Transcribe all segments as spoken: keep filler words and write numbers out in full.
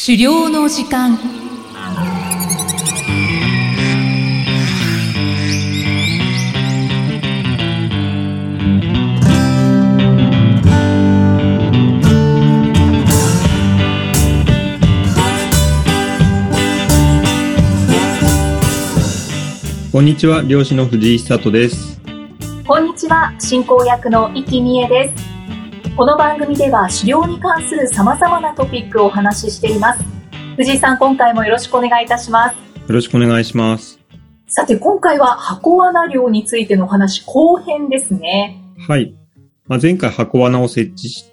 狩猟の時間。 こんにちは、漁師の藤井久人です。 こんにちは、進行役の生きみえです。この番組では狩猟に関する様々なトピックをお話ししています。藤井さん、今回もよろしくお願いいたします。よろしくお願いします。 さて、今回は箱罠漁についてのお話後編ですね。 はい。まあ、前回箱罠を設置して、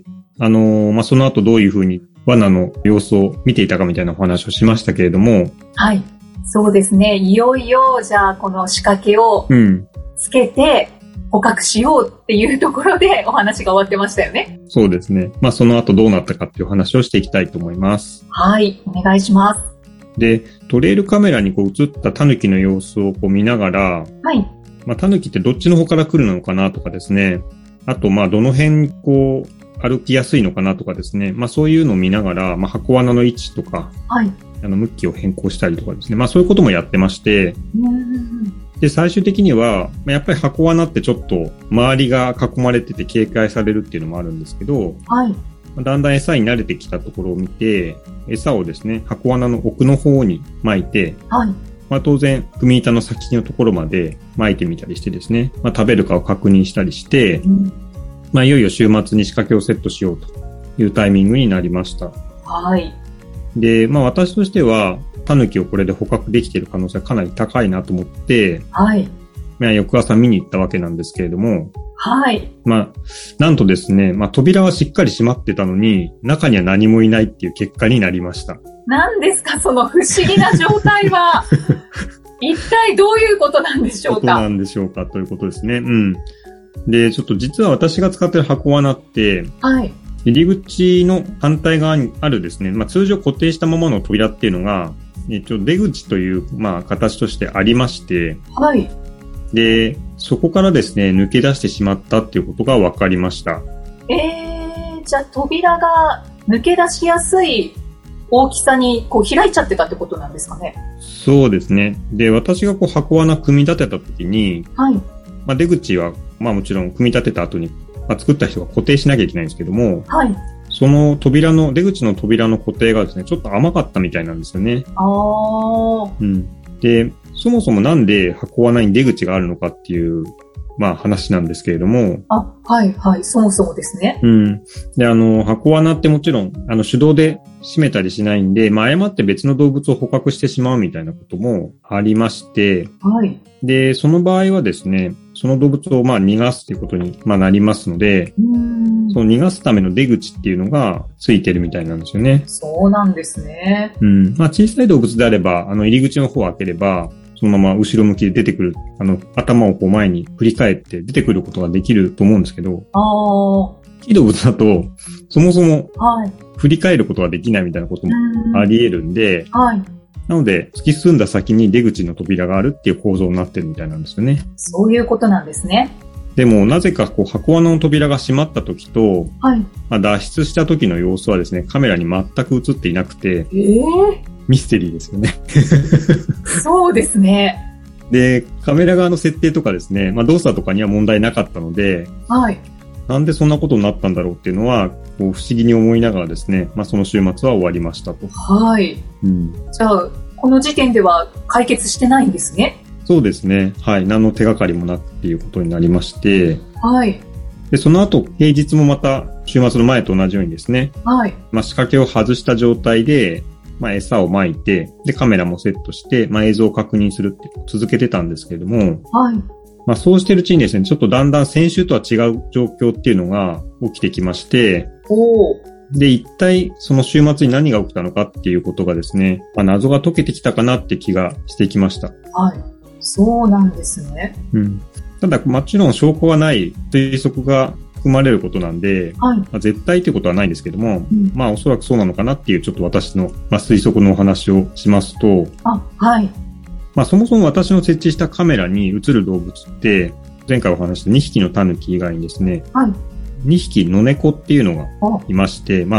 あのー、まあ、その後どういうふうに罠の様子を見ていたかみたいなお話をしましたけれども。 はい。そうですね。いよいよ、じゃあ、この仕掛けをつけて、捕獲しようっていうところでお話が終わってましたよね。 そうですね。まあ、その後どうなったかっていう話をしていきたいと思います。 はい。お願いします。 で、トレイルカメラにこう映ったタヌキの様子をこう見ながら、 はい。 まあ、タヌキってどっちの方から来るのかなとかですね。あと、まあ、どの辺にこう歩きやすいのかなとかですね。まあ、そういうのを見ながら、まあ、箱罠の位置とか、 はい。 あの、向きを変更したりとかですね。まあ、そういうこともやってまして、 うんで、最終的には、やっぱり箱罠ってちょっと周りが囲まれてて警戒されるっていうのもあるんですけど、 はい。 だんだん餌に慣れてきたところを見て、餌をですね、箱罠の奥の方に巻いて、 はい。 まあ当然、踏み板の先のところまで巻いてみたりしてですね、まあ食べるかを確認したりして、うん、まあいよいよ週末に仕掛けをセットしようというタイミングになりました。 はい。 で、まあ私としては、タヌキをこれで捕獲できている可能性はかなり高いなと思って、 はい。 まあ、翌朝見に行ったわけなんですけれども、 はい。 まあ、なんとですね、まあ扉はしっかり閉まってたのに、中には何もいないっていう結果になりました。 何ですか、その不思議な状態は。一体どういうことなんでしょうか。 ことなんでしょうかということですね。うん。で、ちょっと実は私が使っている箱罠って、 はい。 入り口の反対側にあるですね、まあ通常固定したままの扉っていうのが、えっと、出口という、まあ、形としてありまして、 はい。 で、そこからですね、抜け出してしまったっていうことが分かりました。 えー、じゃあ扉が抜け出しやすい大きさにこう開いちゃってたってことなんですかね。 そうですね。で、私がこう箱罠組み立てた時に、 はい。 まあ、出口は、まあもちろん組み立てた後に、まあ、作った人が固定しなきゃいけないんですけども、 はい。 その扉の、出口の扉の固定がですね、ちょっと甘かったみたいなんですよね。 ああ。 うん。で、そもそもなんで箱罠に出口があるのかっていう、まあ話なんですけれども。 あ、はいはい。そもそもですね。 うん。で、あの、箱罠ってもちろん、あの、手動で閉めたりしないんで、まあ誤って別の動物を捕獲してしまうみたいなこともありまして。 はい。 で、その場合はですね、その動物をまあ逃がすということに、まあ、なりますので、 うーん、 その逃がすための出口っていうのがついてるみたいなんですよね。 そうなんですね。 うん。まあ小さい動物であれば、あの入り口の方を開ければ、そのまま後ろ向きで出てくる、あの頭をこう前に振り返って出てくることができると思うんですけど、 ああ。 大きい動物だと、そもそもはい。 振り返ることができないみたいなこともあり得るんで、 はい。 なので、突き進んだ先に出口の扉があるっていう構造になってるみたいなんですよね。 そういうことなんですね。 でも、なぜかこう箱罠の扉が閉まった時と、 はい。 まあ、脱出した時の様子はですね、カメラに全く映っていなくて、 えー、 ミステリーですよね。 そうですね。 で、カメラ側の設定とかですね、まあ動作とかには問題なかったので、 はい。 なんでそんなことになったんだろうっていうのは、こう不思議に思いながらですね、まあその週末は終わりましたと。 はい。 うん。 じゃあ、この時点では解決してないんですね。 そうですね。はい。何の手がかりもなくっていうことになりまして、 はい。 で、その後、平日もまた週末の前と同じようにですね、 はい。 まあ仕掛けを外した状態で、まあ餌を撒いて、で、カメラもセットして、まあ映像を確認するって続けてたんですけれども、 はい。 まあそうしてるうちにですね、ちょっとだんだん先週とは違う状況っていうのが起きてきまして、 おー。 で、一体その週末に何が起きたのかっていうことがですね、まあ、謎が解けてきたかなって気がしてきました。 はい。そうなんですね。 うん。ただ、もちろん証拠はない推測が含まれることなんで、 はい。 まあ、絶対ということはないんですけども、 うん、 まあおそらくそうなのかなっていうちょっと私の、まあ、推測のお話をしますと、 あ、はい。 まあそもそも私の設置したカメラに映る動物って、前回お話したにひきのタヌキ以外にですね、 はい。 にひき野猫っていうのがいまして、まあ、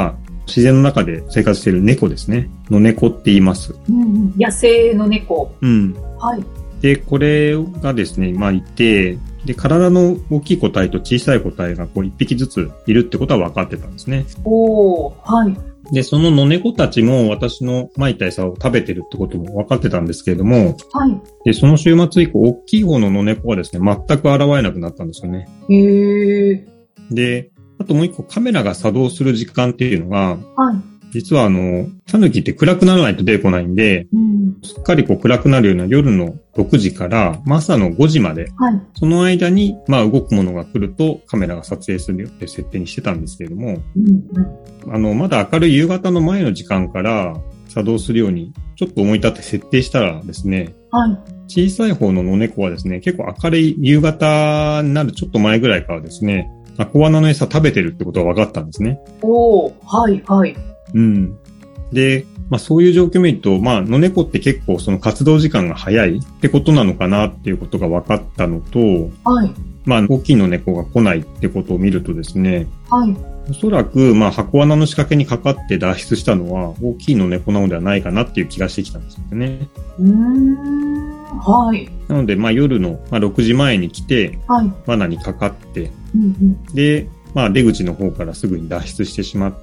自然の中で生活している猫ですね。の猫って言います。 うんうん、野生の猫。 うん。 はい。 で、これがですね、まあいて、で、体の大きい個体と小さい個体がこう一匹ずついるってことは分かってたんですね。 おー、はい。 で、その野猫たちも私の撒いた餌を食べてるってことも分かってたんですけれども、 はい。 で、その週末以降、大きい方の野猫はですね、全く現れなくなったんですよね。 へー。 で、あともう一個カメラが作動する時間っていうのが、 はい。 実はあの、タヌキって暗くならないと出てこないんで、うん、すっかりこう暗くなるような夜のろくじから、まあ、朝のごじまで、はい、その間に、まあ、動くものが来るとカメラが撮影するよって設定にしてたんですけれども、うんうん、あの、まだ明るい夕方の前の時間から作動するように、ちょっと思い立って設定したらですね、はい、小さい方の野猫はですね、結構明るい夕方になるちょっと前ぐらいからですね、小穴の餌食べてるってことが分かったんですね。 おー、はい、はい。 うん。で、まあそういう状況を見ると、まあ野猫って結構その活動時間が早いってことなのかなっていうことが分かったのと、はい。まあ大きい野猫が来ないってことを見るとですね、はい。おそらくまあ箱穴の仕掛けにかかって脱出したのは大きい野猫なのではないかなっていう気がしてきたんですよね。 うーん。はい。 なのでまあ夜のろくじまえに来て、はい。罠にかかって、うんうん、で、まあ出口の方からすぐに脱出してしまって、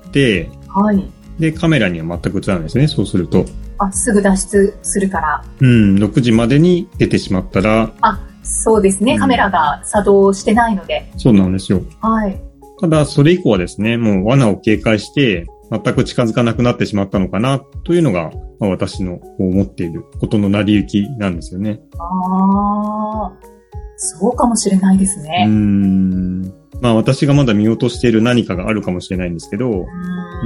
はい。で、カメラには全く映らないですね、そうすると。 あ、すぐ脱出するから。 うん、ろくじまでに出てしまったら。 あ、そうですね、うん、カメラが作動してないので。 そうなんですよ。 はい。 ただ、それ以降はですね、もう罠を警戒して、全く近づかなくなってしまったのかな、というのが、まあ、私の思っていることの成り行きなんですよね。 ああ、そうかもしれないですね。 うーん。まあ私がまだ見落としている何かがあるかもしれないんですけど、うん、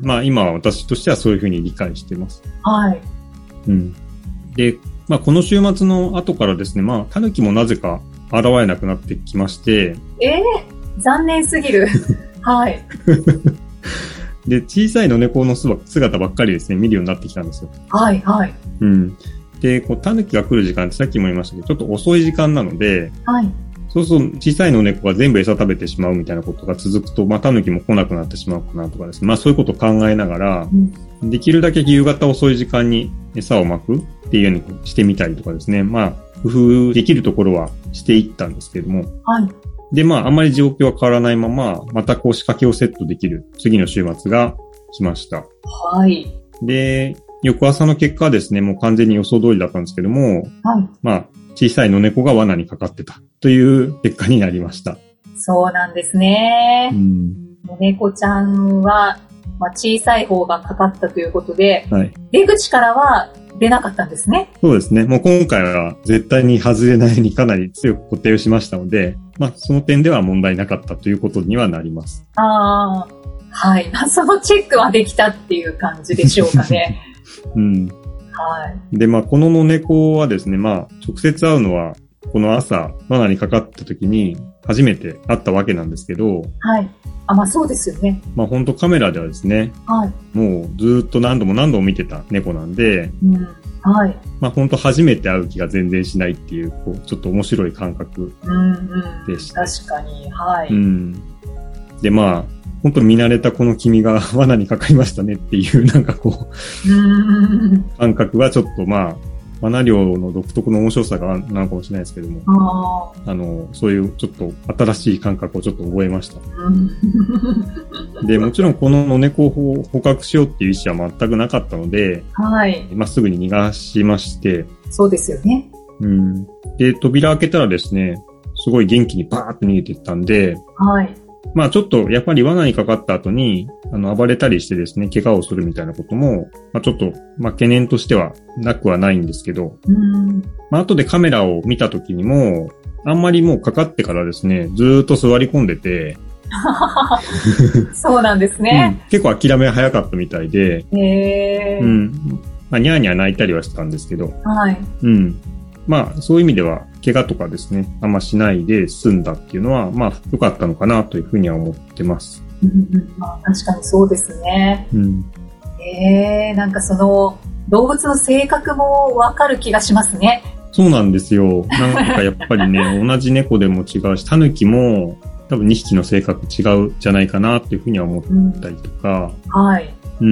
まあ今は私としてはそういうふうに理解しています。 はい。 うん。で、まあこの週末の後からですね、まあタヌキもなぜか現れなくなってきまして。 ええー、残念すぎる。はい。 で、小さい野猫の姿ばっかりですね、見るようになってきたんですよ。 はいはい。 うん。で、こうタヌキが来る時間ってさっきも言いましたけど、ちょっと遅い時間なので、はい。そうすると小さい野猫が全部餌食べてしまうみたいなことが続くと、まあ、タヌキも来なくなってしまうかなとかですね。まあ、そういうことを考えながら、うん、できるだけ夕方遅い時間に餌をまくっていうようにしてみたりとかですね。まあ、工夫できるところはしていったんですけれども。はい。で、まあ、あんまり状況は変わらないまま、またこう仕掛けをセットできる次の週末が来ました。 はい。 で、翌朝の結果はですね、もう完全に予想通りだったんですけども、はい。まあ、小さい野猫が罠にかかってたという結果になりました。 そうなんですね。うん、野猫ちゃんは、まあ、小さい方がかかったということで、はい、出口からは出なかったんですね。 そうですね。もう今回は絶対に外れないようにかなり強く固定をしましたので、まあその点では問題なかったということにはなります。 ああ、はい。まあ、そのチェックはできたっていう感じでしょうかね。 うん。はい。で、まあ、この野猫はですね、まあ、直接会うのは、この朝、罠にかかった時に、初めて会ったわけなんですけど。 はい。あ、まあ、そうですよね。 まあ、本当カメラではですね。はい。もう、ずっと何度も何度も見てた猫なんで。うん。はい。まあ、本当初めて会う気が全然しないっていう、こう、ちょっと面白い感覚でした。 うんうん。確かに、はい。 うん。で、まあ、本当に見慣れたこの君が罠にかかりましたねっていうなんかこう、う感覚はちょっとまあ、罠猟の独特の面白さがなのかもしれないですけども、あ, あの、そういうちょっと新しい感覚をちょっと覚えました。で、もちろんこの野猫を捕獲しようっていう意思は全くなかったので、はい。まあ、すぐに逃がしまして、 そうですよね。 うん。で、扉開けたらですね、すごい元気にバーッと逃げていったんで、はい。まあちょっとやっぱり罠にかかった後にあの暴れたりしてですね、怪我をするみたいなことも、まあちょっとまあ懸念としてはなくはないんですけど、うんまあ後でカメラを見た時にも、あんまりもうかかってからですね、ずーっと座り込んでて、 そうなんですね、 うん。結構諦め早かったみたいで、 へー。 うん。まあニャーニャー泣いたりはしたんですけど、 はい。 うん。まあ、そういう意味では、怪我とかですね、あんましないで済んだっていうのは、まあ、良かったのかなというふうには思ってます。 うん、まあ、確かにそうですね。うん。ええー、なんかその、動物の性格もわかる気がしますね。 そうなんですよ。なんかやっぱりね、同じ猫でも違うし、タヌキも、 多分にひきの性格違うんじゃないかなっていうふうには思ったりとか、 うん、はい。 うん、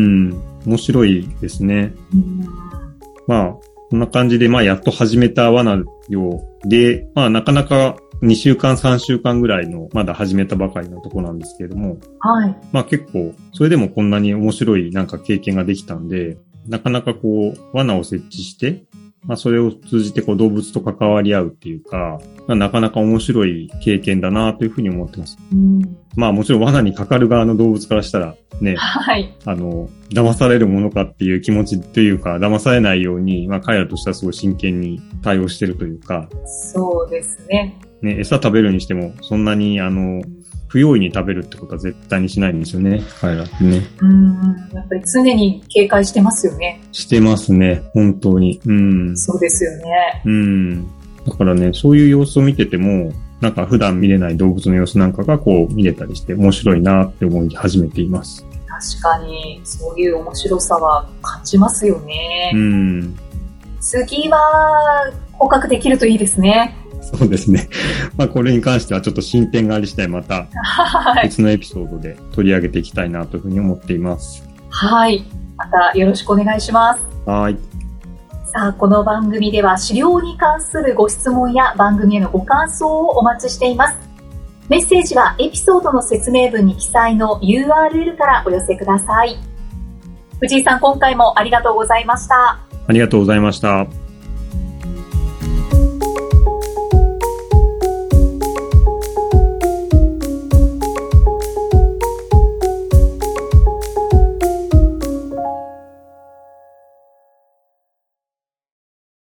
面白いですね。うん、まあ、こんな感じで、まあ、やっと始めた罠漁で、まあ、なかなかにしゅうかん、さんしゅうかんぐらいの、まだ始めたばかりのとこなんですけれども、 はい。 まあ結構、それでもこんなに面白いなんか経験ができたんで、なかなかこう、罠を設置して、まあそれを通じてこう動物と関わり合うっていうか、まあ、なかなか面白い経験だなというふうに思ってます。うん、まあもちろん罠にかかる側の動物からしたらね、 はい。 あの、騙されるものかっていう気持ちというか、騙されないように、まあ彼らとしてはすごい真剣に対応してるというか。 そうですね。 ね、餌食べるにしても、そんなにあの、不用意に食べるってことは絶対にしないんですよね、彼らってね。 うん、やっぱり常に警戒してますよね。 してますね、本当に。うん。 そうですよね。 うん。だからね、そういう様子を見てても、なんか普段見れない動物の様子なんかがこう見れたりして面白いなって思い始めています。 確かに、そういう面白さは感じますよね。 うん。 次は捕獲できるといいですね。 そうですね。まあこれに関してはちょっと進展があり次第また別のエピソードで取り上げていきたいなというふうに思っています。 はい。またよろしくお願いします。 はい。 さあ、この番組では狩猟に関するご質問や番組へのご感想をお待ちしています。メッセージはエピソードの説明文に記載の ユーアールエル からお寄せください。藤井さん、今回もありがとうございました。 ありがとうございました。